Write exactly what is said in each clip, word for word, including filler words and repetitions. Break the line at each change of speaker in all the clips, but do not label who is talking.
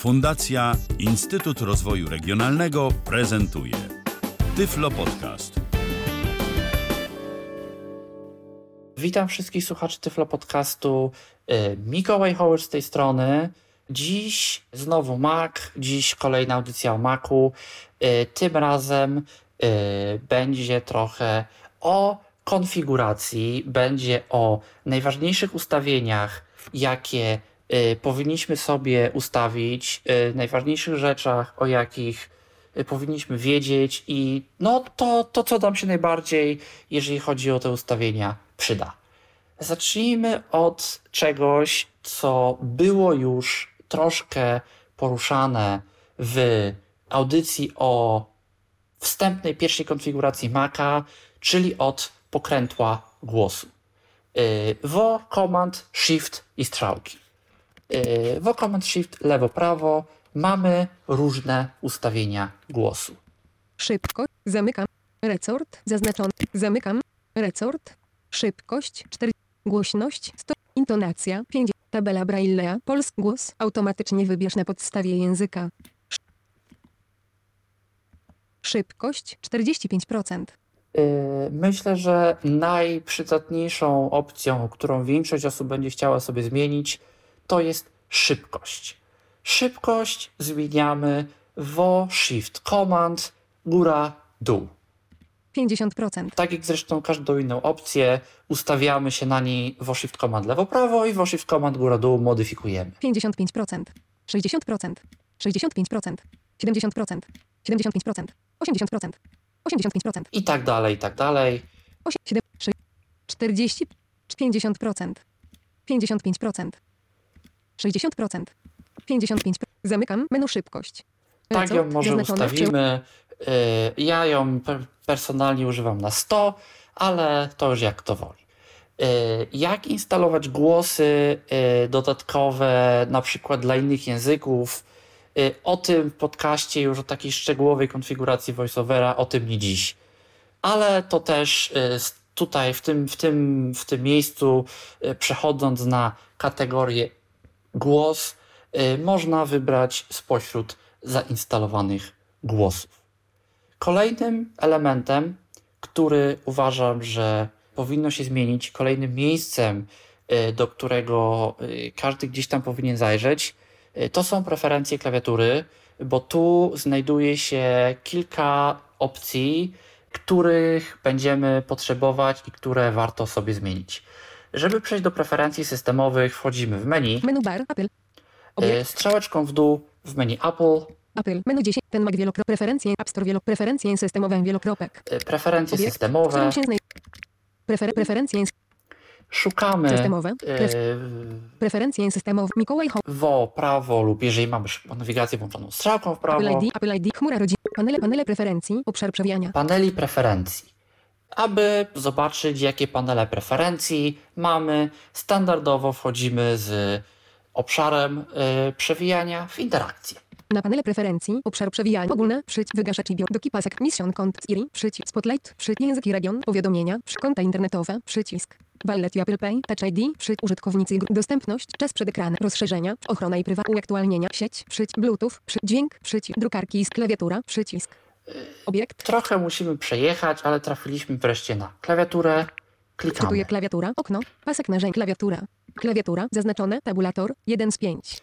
Fundacja Instytut Rozwoju Regionalnego prezentuje Tyflo Podcast.
Witam wszystkich słuchaczy Tyflo Podcastu. Mikołaj Hołysz z tej strony. Dziś znowu Mac, dziś kolejna audycja o Macu. Tym razem będzie trochę o konfiguracji, będzie o najważniejszych ustawieniach, jakie powinniśmy sobie ustawić, najważniejszych rzeczach, o jakich powinniśmy wiedzieć i no to, to co nam się najbardziej, jeżeli chodzi o te ustawienia, przyda. Zacznijmy od czegoś, co było już troszkę poruszane w audycji o wstępnej pierwszej konfiguracji Maca, czyli od pokrętła głosu. Wo, Command, Shift i strzałki. Wo, Command, Shift, lewo, prawo. Mamy różne ustawienia głosu.
Szybko, zamykam, resort, zaznaczony, zamykam, resort, szybkość, cztery, głośność, sto, intonacja, pięć, tabela Braille'a, polski głos, automatycznie wybierz na podstawie języka. Szybkość, czterdzieści pięć procent.
Myślę, że najprzydatniejszą opcją, którą większość osób będzie chciała sobie zmienić, to jest szybkość. Szybkość zmieniamy Wo, Shift, Command, góra, dół.
pięćdziesiąt procent.
Tak jak zresztą każdą inną opcję, ustawiamy się na niej Wo, Shift, Command, lewo, prawo i Wo, Shift, Command, góra, dół modyfikujemy.
pięćdziesiąt pięć procent. sześćdziesiąt procent. sześćdziesiąt pięć procent. siedemdziesiąt procent. siedemdziesiąt pięć procent. osiemdziesiąt procent. osiemdziesiąt pięć procent.
I tak dalej, i tak dalej.
osiem, siedem, sześć, czterdzieści, pięćdziesiąt procent. pięćdziesiąt pięć procent. sześćdziesiąt procent. pięćdziesiąt pięć procent. Zamykam menu szybkość.
Tak ją może ustawimy. Ja ją personalnie używam na sto, ale to już jak kto woli. Jak instalować głosy dodatkowe, na przykład dla innych języków? O tym w podcaście już o takiej szczegółowej konfiguracji VoiceOvera, o tym nie dziś. Ale to też tutaj w tym, w tym, w tym miejscu, przechodząc na kategorię głos, można wybrać spośród zainstalowanych głosów. Kolejnym elementem, który uważam, że powinno się zmienić, kolejnym miejscem, do którego każdy gdzieś tam powinien zajrzeć, to są preferencje klawiatury, bo tu znajduje się kilka opcji, których będziemy potrzebować i które warto sobie zmienić. Żeby przejść do preferencji systemowych, wchodzimy w menu.
Menu bar, Apple.
Obiekt. Strzałeczką w dół w menu Apple.
Apple. Menu dziesięć. Ten Mac wielokropek. Preferencje. App Store. Wielo, preferencje systemowe. Wielokropek.
Preferencje
Obiekt,
systemowe.
Się znaj- Prefer, preferencje
Szukamy
systemowe. Pref,
yy,
preferencje systemowe. Mikołaj Ho.
wo, prawo lub jeżeli mamy nawigację włączoną strzałką w prawo.
Apple I D. Apple I D. Chmura rodziny. Panele, panele preferencji. Obszar przewijania.
Paneli preferencji. Aby zobaczyć, jakie panele preferencji mamy, standardowo wchodzimy z obszarem yy, przewijania w interakcję.
Na panele preferencji, obszar przewijania, ogólne, przycisk, wygaszacz i doki pasek, mission, kont, Siri, przycisk, spotlight, przycisk, język i region, powiadomienia, przy, konta internetowe, przycisk, wallet i Apple Pay, Touch I D, przycisk, użytkownicy i gru- dostępność, czas przed ekranem, rozszerzenia, ochrona i prywatność, uaktualnienia, sieć, przycisk, bluetooth, przy, dźwięk, przycisk, drukarki i klawiatura, przycisk, obiekt,
Trochę musimy przejechać, ale trafiliśmy wreszcie na klawiaturę.
czytuje
Klikamy.
klawiatura, okno, pasek narzędzi, klawiatura, klawiatura, zaznaczone, tabulator, jeden z pięć.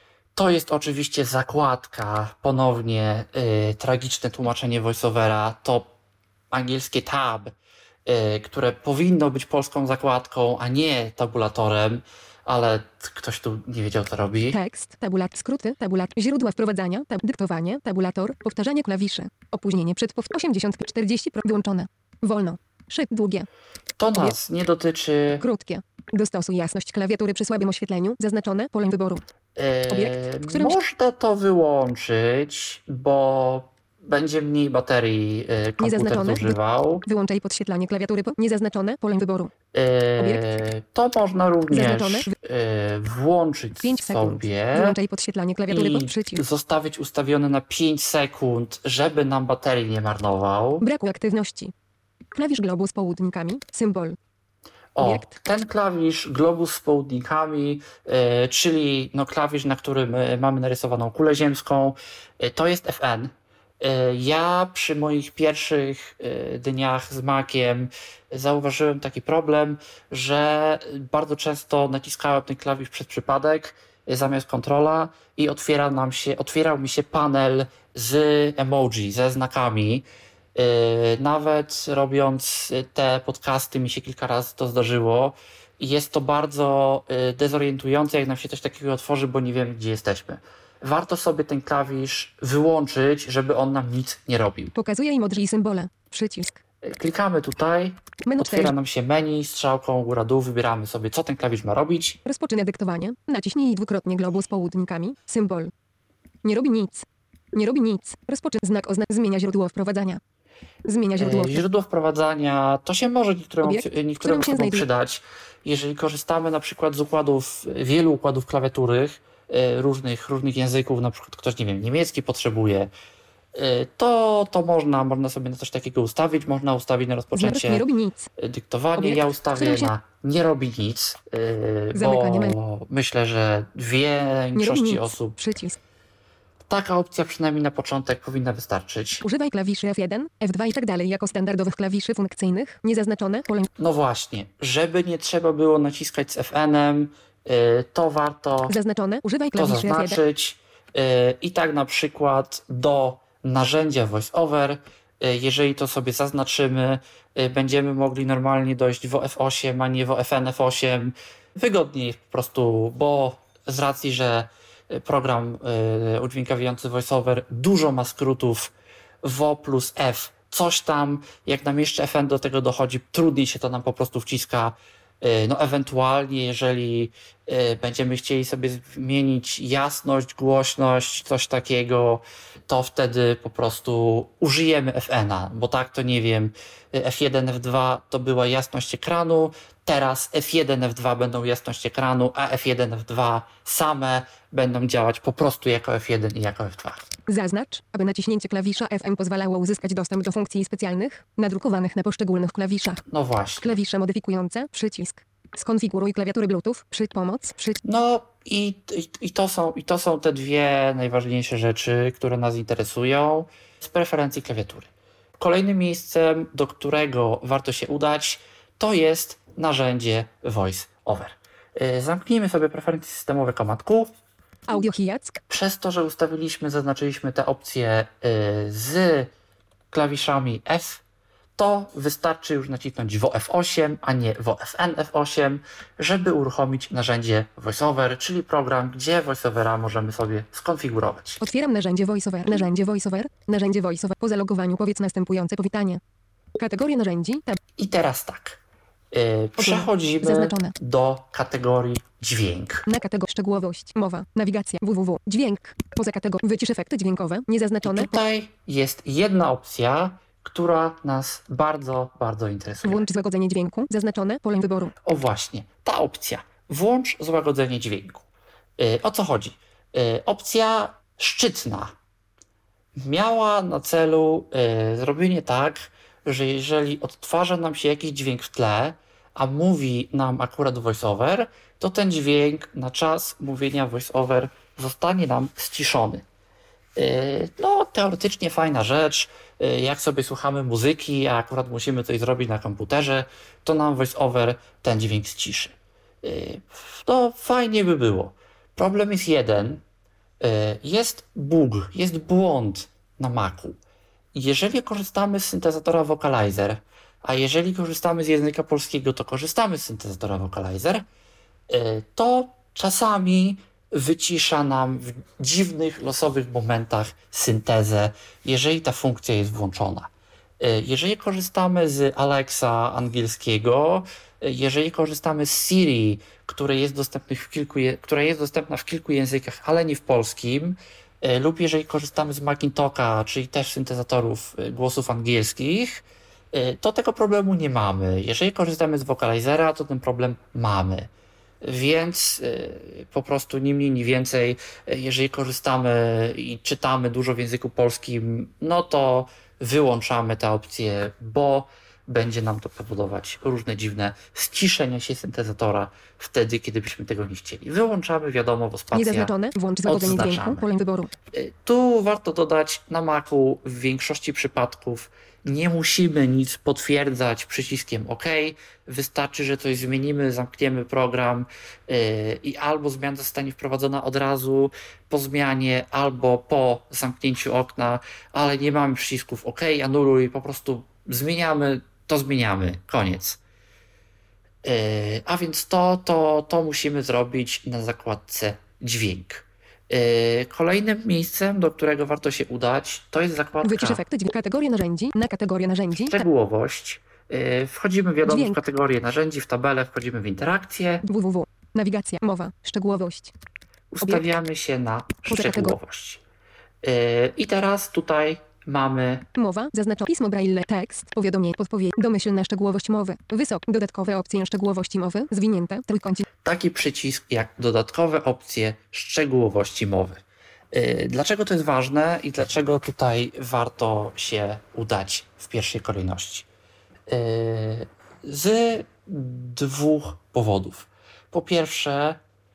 To jest oczywiście zakładka, ponownie y, tragiczne tłumaczenie voiceovera, to angielskie tab, y, które powinno być polską zakładką, a nie tabulatorem, ale ktoś tu nie wiedział, co robi.
Tekst, tabulat, skróty, tabulat, źródła wprowadzania, tab, dyktowanie, tabulator, powtarzanie klawiszy, opóźnienie przed pow- osiemdziesiąt, czterdzieści, pro- wyłączone, wolno, szyb, długie,
To nas nie dotyczy.
krótkie. Dostosuj jasność klawiatury przy słabym oświetleniu. Zaznaczone pole wyboru.
y,
Obiekt, w którym-
Można to wyłączyć, bo będzie mniej baterii y, komputer
Niezaznaczone.
zużywał.
Wyłączaj podświetlanie klawiatury. Po... Niezaznaczone pole wyboru.
Y,
Obiekt.
To można również
Zaznaczone.
y, włączyć
pięć sekund.
sobie.
Wyłączaj podświetlanie klawiatury.
I
Po... Przycisk.
zostawić ustawione na pięć sekund, żeby nam baterii nie marnował.
Braku aktywności. Klawisz globu z południkami. Symbol.
O,
Obiekt.
ten klawisz, globus z południkami, y, czyli no, klawisz, na którym y, mamy narysowaną kulę ziemską, y, to jest F N. Y, ja przy moich pierwszych y, dniach z Maciem zauważyłem taki problem, że bardzo często naciskałem ten klawisz przez przypadek y, zamiast kontrola i otwiera nam się, otwierał mi się panel z emoji, ze znakami. Nawet robiąc te podcasty mi się kilka razy to zdarzyło i jest to bardzo dezorientujące, jak nam się coś takiego otworzy, bo nie wiemy, gdzie jesteśmy. Warto sobie ten klawisz wyłączyć, żeby on nam nic nie robił.
Pokazuje emoji i symbole. Przycisk.
Klikamy tutaj,
Menu
otwiera
cztery.
nam się menu, strzałką góra-dół, wybieramy sobie, co ten klawisz ma robić.
Rozpoczyna dyktowanie. Naciśnij dwukrotnie globus z południkami. Symbol. Nie robi nic. Nie robi nic. Rozpoczyna znak oznak. Zmienia źródło wprowadzania. Zmienia źródło.
E, Źródło wprowadzania to się może niektórym,
Obiekt,
opc- niektórym
którym się
osobom
znajduje.
przydać. Jeżeli korzystamy na przykład z układów, wielu układów klawiatury, e, różnych, różnych języków, na przykład ktoś, nie wiem, niemiecki potrzebuje, e, to, to można, można sobie na coś takiego ustawić. Można ustawić na
Znak
rozpoczęcie
nie robi nic.
dyktowanie.
Obiekt,
Ja
którym
ustawię
się-
na nie robi nic, e,
Zamykanie menu.
bo myślę, że
Nie robi
większości
nic.
osób
Przycisk.
taka opcja przynajmniej na początek powinna wystarczyć.
Używaj klawiszy F jeden, F dwa i tak dalej jako standardowych klawiszy funkcyjnych. Niezaznaczone pole.
No właśnie, żeby nie trzeba było naciskać z F N-em, y, to warto
Zaznaczone. Używaj
to
klawiszy F jeden.
zaznaczyć. Y, I tak na przykład do narzędzia VoiceOver, y, jeżeli to sobie zaznaczymy, y, będziemy mogli normalnie dojść w F osiem, a nie w F N F osiem. Wygodniej jest po prostu, bo z racji, że program y, udźwiękawiający VoiceOver dużo ma skrótów V plus F, coś tam, jak nam jeszcze F N do tego dochodzi, trudniej się to nam po prostu wciska. Y, no ewentualnie, jeżeli y, będziemy chcieli sobie zmienić jasność, głośność, coś takiego, to wtedy po prostu użyjemy F N-a, bo tak to nie wiem, F jeden, F dwa to była jasność ekranu, teraz F jeden, F dwa będą jasność ekranu, a F jeden, F dwa same będą działać po prostu jako F jeden i jako F dwa.
Zaznacz, aby naciśnięcie klawisza F M pozwalało uzyskać dostęp do funkcji specjalnych, nadrukowanych na poszczególnych klawiszach.
No właśnie.
Klawisze modyfikujące, przycisk. Skonfiguruj klawiatury Bluetooth, przy pomoc, przy...
No i, i, i, to są, i to są te dwie najważniejsze rzeczy, które nas interesują z preferencji klawiatury. Kolejnym miejscem, do którego warto się udać, to jest narzędzie VoiceOver. Yy, Zamknijmy sobie preferencje systemowe Command Q.
Audio Hijack.
Przez to, że ustawiliśmy, zaznaczyliśmy te opcje yy, z klawiszami F, to wystarczy już nacisnąć W F osiem, a nie W F N F osiem, żeby uruchomić narzędzie VoiceOver, czyli program, gdzie VoiceOvera możemy sobie skonfigurować.
Otwieram narzędzie VoiceOver. Narzędzie VoiceOver. Narzędzie VoiceOver. Po zalogowaniu powiedz następujące powitanie. Kategoria narzędzi. Tab.
I teraz tak, yy, przechodzimy
Zaznaczone.
do kategorii dźwięk.
Na kategorię szczegółowość. Mowa. Nawigacja. www. Dźwięk. Poza kategorią. Wycisz efekty dźwiękowe. Niezaznaczone.
Tutaj jest jedna opcja, która nas bardzo, bardzo interesuje.
Włącz złagodzenie dźwięku. Zaznaczone. Pole wyboru.
O właśnie, ta opcja. Włącz złagodzenie dźwięku. Yy, o co chodzi? Yy, opcja szczytna miała na celu yy, zrobienie tak, że jeżeli odtwarza nam się jakiś dźwięk w tle, a mówi nam akurat VoiceOver, to ten dźwięk na czas mówienia VoiceOver zostanie nam ściszony. Yy, No, teoretycznie fajna rzecz. Yy, Jak sobie słuchamy muzyki, a akurat musimy coś zrobić na komputerze, to nam VoiceOver ten dźwięk ściszy. Yy, No, fajnie by było. Problem jest jeden. Yy, Jest bug, jest błąd na Macu. Jeżeli korzystamy z syntezatora Vocalizer, a jeżeli korzystamy z języka polskiego, to korzystamy z syntezatora Vocalizer, yy, to czasami wycisza nam w dziwnych, losowych momentach syntezę, jeżeli ta funkcja jest włączona. Yy, Jeżeli korzystamy z Alexa angielskiego, yy, jeżeli korzystamy z Siri, które jest dostępny w kilku, je- która jest dostępna w kilku językach, ale nie w polskim, yy, lub jeżeli korzystamy z Macintoka, czyli też syntezatorów yy, głosów angielskich, yy, to tego problemu nie mamy. Jeżeli korzystamy z Vocalizera, to ten problem mamy. Więc y, po prostu ni mniej, ni więcej, y, jeżeli korzystamy i czytamy dużo w języku polskim, no to wyłączamy tę opcję, bo będzie nam to powodować różne dziwne ściszenia się syntezatora wtedy, kiedy byśmy tego nie chcieli. Wyłączamy, wiadomo, bo spacja
Niezaznaczone. Włącz zawodzenie dźwięku. Pole wyboru.
Tu warto dodać, na Macu w większości przypadków nie musimy nic potwierdzać przyciskiem OK. Wystarczy, że coś zmienimy, zamkniemy program yy, i albo zmiana zostanie wprowadzona od razu po zmianie, albo po zamknięciu okna, ale nie mamy przycisków OK, anuluj, po prostu zmieniamy, to zmieniamy, koniec. Yy, a więc to, to, to musimy zrobić na zakładce dźwięk. Yy, kolejnym miejscem, do którego warto się udać, to jest zakładka
Wycisz efekty dźwięku. Kategoria narzędzi. Na kategorię narzędzi.
Szczegółowość. Yy, wchodzimy wiadomo
Dźwięk.
w kategorię narzędzi, w tabelę wchodzimy w interakcję.
www. Nawigacja. Mowa. Szczegółowość.
Ustawiamy się na
Poza
szczegółowość. Yy, I teraz tutaj mamy
Mowa. Zaznacza pismo braille. Tekst. Powiadomienie. Podpowiedź. Domyślna szczegółowość mowy. Wysok. Dodatkowe opcje szczegółowości mowy. Zwinięte. Trójkącik.
taki przycisk jak dodatkowe opcje szczegółowości mowy. Yy, dlaczego to jest ważne i dlaczego tutaj warto się udać w pierwszej kolejności? Yy, z dwóch powodów. Po pierwsze,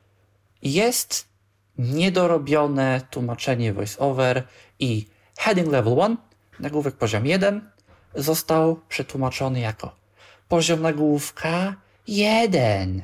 jest niedorobione tłumaczenie voiceover i heading level jeden, nagłówek poziom jeden, został przetłumaczony jako poziom nagłówka jeden.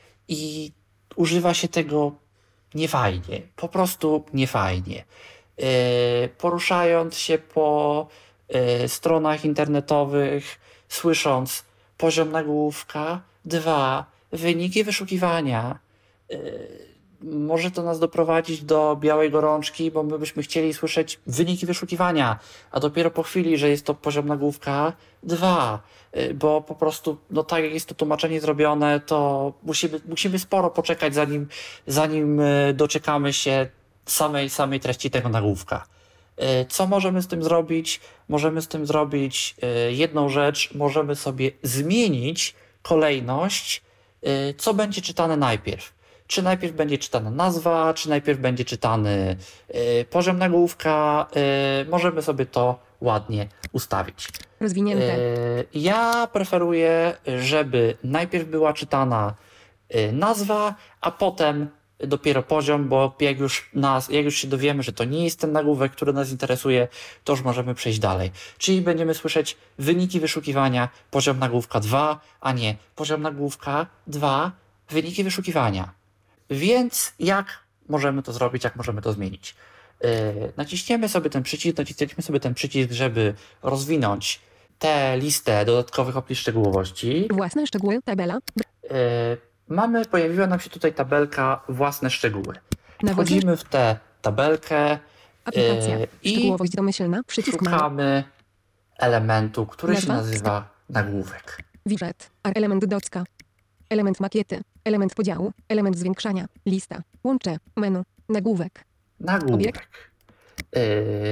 I używa się tego niefajnie, po prostu niefajnie. Yy, poruszając się po yy, stronach internetowych, słysząc poziom nagłówka dwa, wyniki wyszukiwania, yy, może to nas doprowadzić do białej gorączki, bo my byśmy chcieli słyszeć wyniki wyszukiwania, a dopiero po chwili, że jest to poziom nagłówka dwa, bo po prostu, no tak jak jest to tłumaczenie zrobione, to musimy, musimy sporo poczekać, zanim, zanim doczekamy się samej, samej treści tego nagłówka. Co możemy z tym zrobić? Możemy z tym zrobić jedną rzecz, możemy sobie zmienić kolejność, co będzie czytane najpierw. Czy najpierw będzie czytana nazwa, czy najpierw będzie czytany y, poziom nagłówka. Y, możemy sobie to ładnie ustawić.
Rozwinięte.
Y, ja preferuję, żeby najpierw była czytana y, nazwa, a potem dopiero poziom, bo jak już, nas, jak już się dowiemy, że to nie jest ten nagłówek, który nas interesuje, to już możemy przejść dalej. Czyli będziemy słyszeć wyniki wyszukiwania, poziom nagłówka dwa, a nie poziom nagłówka dwa, wyniki wyszukiwania. Więc jak możemy to zrobić, jak możemy to zmienić? Yy, naciśniemy sobie ten przycisk, naciśniemy sobie ten przycisk, żeby rozwinąć tę listę dodatkowych opcji szczegółowości.
Własne szczegóły, tabela.
Yy, mamy, pojawiła nam się tutaj tabelka własne szczegóły.
Nawozy.
Wchodzimy w tę tabelkę
Aplikacja.
yy, i
Szczegółowość domyślna. Przycisk mały.
szukamy elementu, który
Nazwa.
się nazywa nagłówek.
Widget. Element docka. Element makiety. Element podziału. Element zwiększania. Lista. Łącze. Menu. Nagłówek.
Nagłówek. Yy,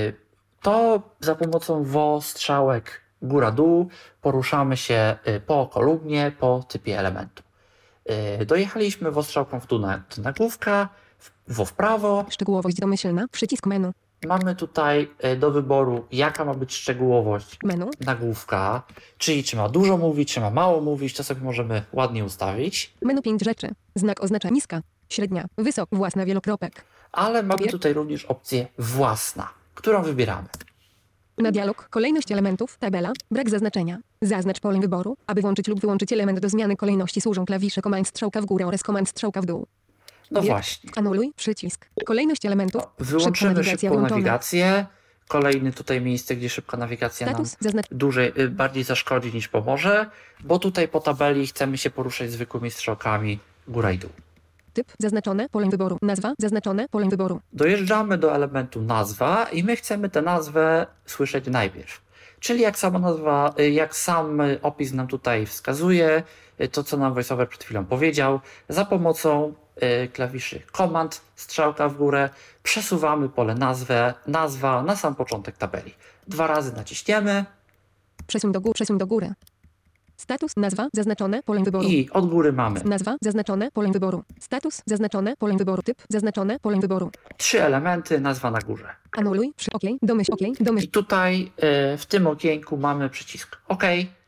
to za pomocą wo strzałek góra-dół poruszamy się yy, po kolumnie, po typie elementu. Yy, dojechaliśmy wo strzałką w dół na, do nagłówka, wo w prawo.
Szczegółowość domyślna. Przycisk menu.
Mamy tutaj yy, do wyboru, jaka ma być szczegółowość
Menu.
nagłówka, czyli czy ma dużo mówić, czy ma mało mówić, to sobie możemy ładnie ustawić.
Menu pięć rzeczy. Znak oznacza niska, średnia, wysok, własna wielokropek.
Ale mamy
Obie-
tutaj również opcję własna, którą wybieramy.
Na dialog kolejność elementów, tabela, brak zaznaczenia. Zaznacz pole wyboru. Aby włączyć lub wyłączyć element do zmiany kolejności służą klawisze komand strzałka w górę oraz komand strzałka w dół.
No
Wie-
właśnie.
Anuluj, przycisk. Kolejność elementów.
Wyłączymy
nawigacja
szybką
włączona.
nawigację. Kolejny tutaj miejsce, gdzie szybka nawigacja nam
Status zaznacz.
dłużej, y, bardziej zaszkodzi niż pomoże, bo tutaj po tabeli chcemy się poruszać zwykłymi strzałkami góra i dół.
Typ zaznaczone, pole wyboru. Nazwa zaznaczone, pole wyboru.
Dojeżdżamy do elementu nazwa i my chcemy tę nazwę słyszeć najpierw. Czyli jak sama nazwa, y, jak sam y, opis nam tutaj wskazuje, y, to co nam VoiceOver przed chwilą powiedział, za pomocą y, klawiszy Command, strzałka w górę, przesuwamy pole nazwę, nazwa na sam początek tabeli. Dwa razy naciśniemy
Przesuń do góry, przesuń do góry. Status, nazwa, zaznaczone, pole wyboru.
i od góry mamy
Nazwa, zaznaczone, pole wyboru. Status, zaznaczone, pole wyboru. Typ, zaznaczone, pole wyboru.
trzy elementy, nazwa na górze.
Anuluj, przy OK, domyśl OK, domyśl.
I tutaj y, w tym okienku mamy przycisk OK,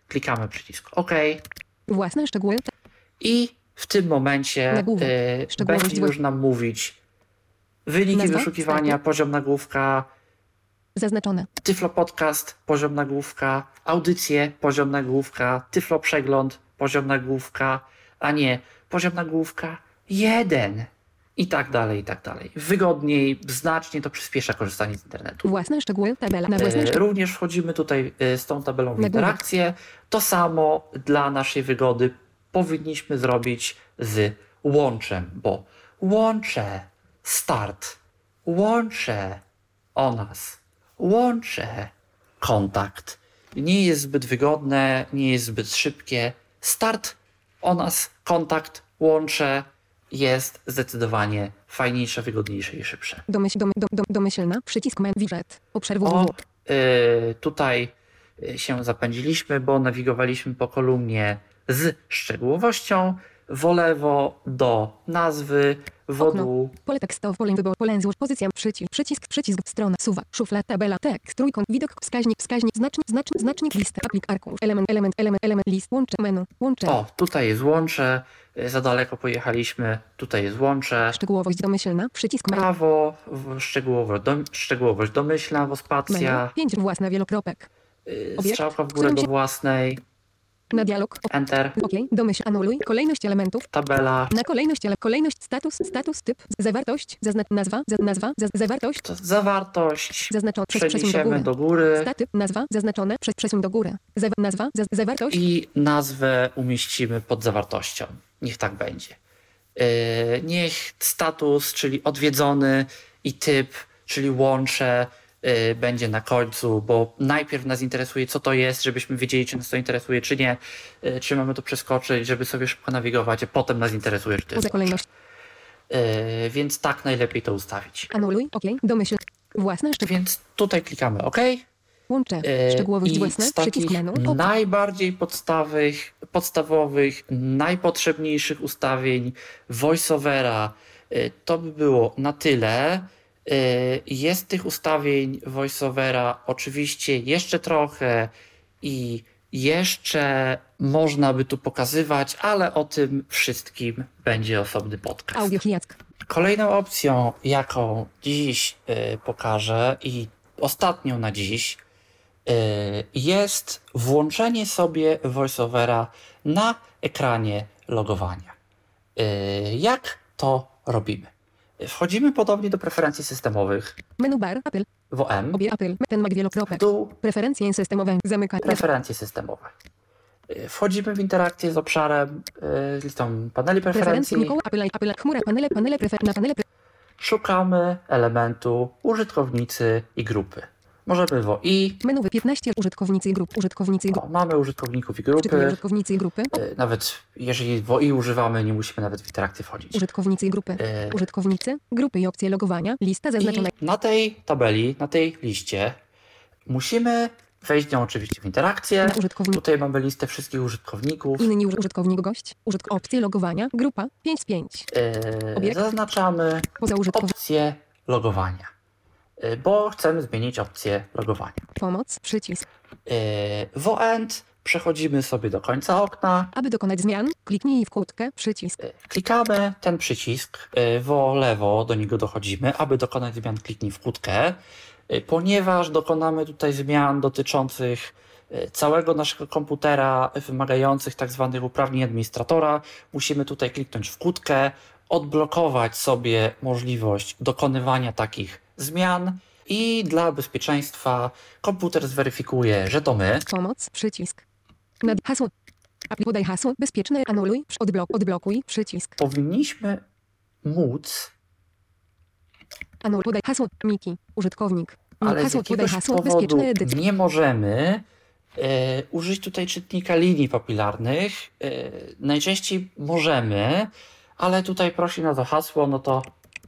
klikamy przycisk OK.
Własne szczegóły.
I w tym momencie y, będzie już nam mówić wyniki Nazwa, wyszukiwania, startu. Poziom nagłówka,
zaznaczone.
Tyflo Podcast, poziom nagłówka, audycje, poziom nagłówka, Tyflo Przegląd, poziom nagłówka, a nie, poziom nagłówka jeden i tak dalej, i tak dalej. Wygodniej, znacznie to przyspiesza korzystanie z internetu.
Własne szczegóły, tabela. Na własne szczegóły.
Również wchodzimy tutaj z tą tabelą w interakcję. To samo dla naszej wygody powinniśmy zrobić z łączem, bo łącze start, łącze o nas, łącze kontakt nie jest zbyt wygodne, nie jest zbyt szybkie. Start o nas, kontakt, łącze jest zdecydowanie fajniejsze, wygodniejsze i szybsze.
Domyśl, dom, dom, dom, domyślna, przycisk men, widget, obszar W W W.
O, yy, tutaj się zapędziliśmy, bo nawigowaliśmy po kolumnie z szczegółowością, w lewo do nazwy, w dół.
Pole tekstowe, pole wyboru, pole złóż, pozycja, przycisk, przycisk, przycisk, strona, suwa, szufla, tabela, tekst, trójkąt, widok, wskaźnik, wskaźnik, znacznik, znacznik, znacznik, lista, aplik, arkusz, element, element, element, element, list, łącze, menu, łącze.
O, tutaj jest łącze, za daleko pojechaliśmy, tutaj jest łącze.
Szczegółowość domyślna, przycisk menu.
Prawo, szczegółowość, dom, szczegółowość domyślna, wospacja.
Menu, pięć własna, wielokropek.
Obiekt, strzałka w górę do własnej.
Na dialog.
Enter.
OK. Domyśl. Anuluj. Kolejność elementów.
Tabela.
Na kolejność, ale kolejność, status, status, typ, zawartość, zaznacz, nazwa, za, nazwa, za, zawartość.
To zawartość.
Zaznaczone.
Przeniesiemy do góry.
Statyp, nazwa, zaznaczone, przez przesuń do góry. Zawa, nazwa, za, zawartość.
I nazwę umieścimy pod zawartością. Niech tak będzie. Yy, niech status, czyli odwiedzony i typ, czyli łącze, Yy, będzie na końcu, bo najpierw nas interesuje, co to jest, żebyśmy wiedzieli, czy nas to interesuje, czy nie, yy, czy mamy to przeskoczyć, żeby sobie szybko nawigować, a potem nas interesuje, czy to jest
kolejność.
Yy, więc tak najlepiej to ustawić.
Anuluj, OK, domyśl, własne szczegóły.
Więc tutaj klikamy OK.
Łącze, yy, szczegółowość własne,
z takich
przycisk menu.
najbardziej podstawowych, podstawowych, najpotrzebniejszych ustawień voiceovera, yy, to by było na tyle. Jest tych ustawień voiceovera oczywiście jeszcze trochę i jeszcze można by tu pokazywać, ale o tym wszystkim będzie osobny podcast.
Audio Hiack.
Kolejną opcją, jaką dziś y, pokażę i ostatnią na dziś, y, jest włączenie sobie voiceovera na ekranie logowania. Y, jak to robimy? Wchodzimy podobnie do preferencji systemowych.
Menu bar, Apple.
W O M.
Obie Apple. Ten Mac wielokropek.
Dół.
Preferencje systemowe. Zamykać.
Preferencje systemowe. Wchodzimy w interakcję z obszarem, z listą paneli preferencji.
Preferencje Apple, Apple, chmura, panele, panele, prefer, na panele.
Szukamy elementu użytkownicy i grupy. Możemy w O I.
Menu piętnaście użytkownicy i grup. Użytkownicy i grup.
O, mamy użytkowników i grupy.
Użytkownicy i grupy.
Nawet jeżeli w O I używamy, nie musimy nawet w interakcję wchodzić.
Użytkownicy i grupy. Y... Użytkownicy, grupy i opcje logowania. Lista zaznaczona.
I na tej tabeli, na tej liście musimy wejść nią oczywiście w interakcję. Użytkownik... Tutaj mamy listę wszystkich użytkowników.
Inni użytkownik gość. Użytk... Opcje logowania. Grupa pięć z pięć.
Yy, zaznaczamy Poza użytkownik... opcję logowania. Bo chcemy zmienić opcję logowania.
Pomoc, przycisk.
W O End przechodzimy sobie do końca okna.
Aby dokonać zmian, kliknij w kłódkę, przycisk.
Klikamy ten przycisk, w lewo do niego dochodzimy. Aby dokonać zmian, kliknij w kłódkę. Ponieważ dokonamy tutaj zmian dotyczących całego naszego komputera, wymagających tak zwanych uprawnień administratora, musimy tutaj kliknąć w kłódkę, odblokować sobie możliwość dokonywania takich zmian i dla bezpieczeństwa komputer zweryfikuje, że to my.
Pomoc, przycisk. Nad hasło. Podaj hasło bezpieczne, anuluj, odblok, odblokuj, przycisk.
Powinniśmy móc.
Anuluj, podaj hasło, Miki, użytkownik.
Ale
hasło,
z jakiegoś
podaj hasło,
powodu
bezpieczne edycje.
Nie możemy e, użyć tutaj czytnika linii papilarnych. E, najczęściej możemy, ale tutaj prosi nas o hasło, no to...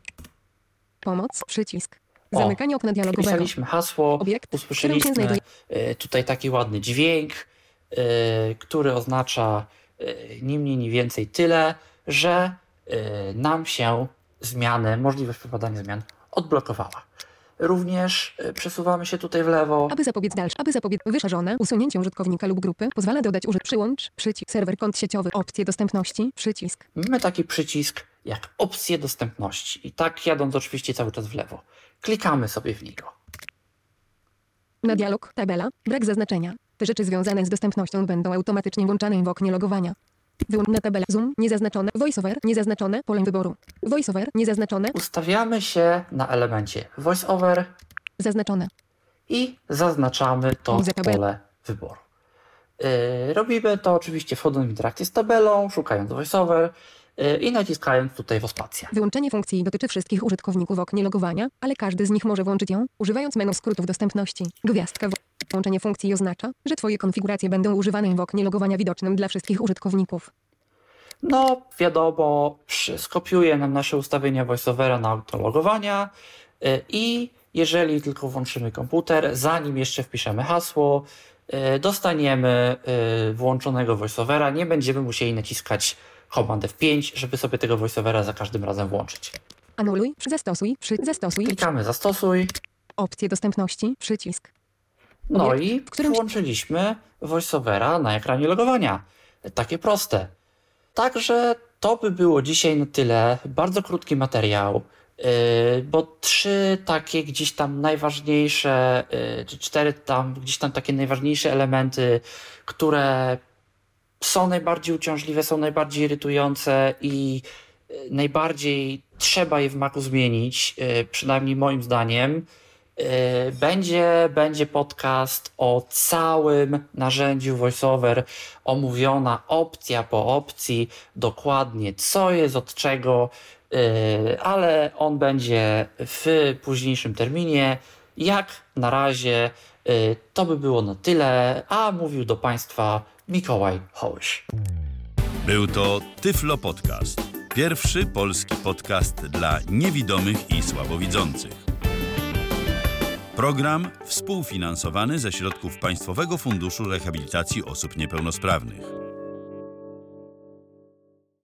Pomoc, przycisk. Zamykanie o, okna dialogowego.
Wpisaliśmy hasło, Obiekt, usłyszeliśmy tutaj taki ładny dźwięk, yy, który oznacza yy, ni mniej, ni więcej tyle, że yy, nam się zmiany, możliwość wprowadzania zmian odblokowała. również przesuwamy się tutaj w lewo.
Aby zapobiec dalsze, aby zapobiec wyszarzone usunięcie użytkownika lub grupy, pozwala dodać użyt przyłącz, przycisk, serwer kont sieciowy, opcje dostępności, przycisk.
Mamy taki przycisk jak opcje dostępności i tak jadąc oczywiście cały czas w lewo. Klikamy sobie w niego.
Na dialog, tabela, brak zaznaczenia. Te rzeczy związane z dostępnością będą automatycznie włączane w oknie logowania. Wyłącz na tabelę. Zoom, niezaznaczone. VoiceOver, niezaznaczone. Pole wyboru. VoiceOver, niezaznaczone.
Ustawiamy się na elemencie VoiceOver.
Zaznaczone.
I zaznaczamy to pole wyboru. Yy, robimy to oczywiście wchodząc w interakcję z tabelą, szukając VoiceOver yy, i naciskając tutaj w spacja.
Wyłączenie funkcji dotyczy wszystkich użytkowników w oknie logowania, ale każdy z nich może włączyć ją, używając menu skrótów dostępności. Gwiazdka. Włączenie funkcji oznacza, że Twoje konfiguracje będą używane w oknie logowania widocznym dla wszystkich użytkowników.
No, wiadomo, skopiuje nam nasze ustawienia VoiceOvera na autologowania yy, i jeżeli tylko włączymy komputer, zanim jeszcze wpiszemy hasło, yy, dostaniemy yy, włączonego VoiceOvera. Nie będziemy musieli naciskać Command F pięć, żeby sobie tego VoiceOvera za każdym razem włączyć.
Anuluj, zastosuj, przy, zastosuj.
Klikamy zastosuj.
Opcje dostępności, przycisk.
No
Obiekt,
i
w którym
włączyliśmy VoiceOvera na ekranie logowania. Takie proste. Także to by było dzisiaj na tyle. Bardzo krótki materiał. Yy, bo trzy takie gdzieś tam najważniejsze, yy, czy cztery tam gdzieś tam takie najważniejsze elementy, które są najbardziej uciążliwe, są najbardziej irytujące i yy, najbardziej trzeba je w Macu zmienić, yy, przynajmniej moim zdaniem. Yy, będzie, będzie podcast o całym narzędziu VoiceOver, omówiona opcja po opcji, dokładnie co jest od czego, Yy, ale on będzie w późniejszym terminie. Jak na razie yy, to by było na tyle, a mówił do Państwa Mikołaj Hołysz.
Był to Tyflo Podcast. Pierwszy polski podcast dla niewidomych i słabowidzących. Program współfinansowany ze środków Państwowego Funduszu Rehabilitacji Osób Niepełnosprawnych.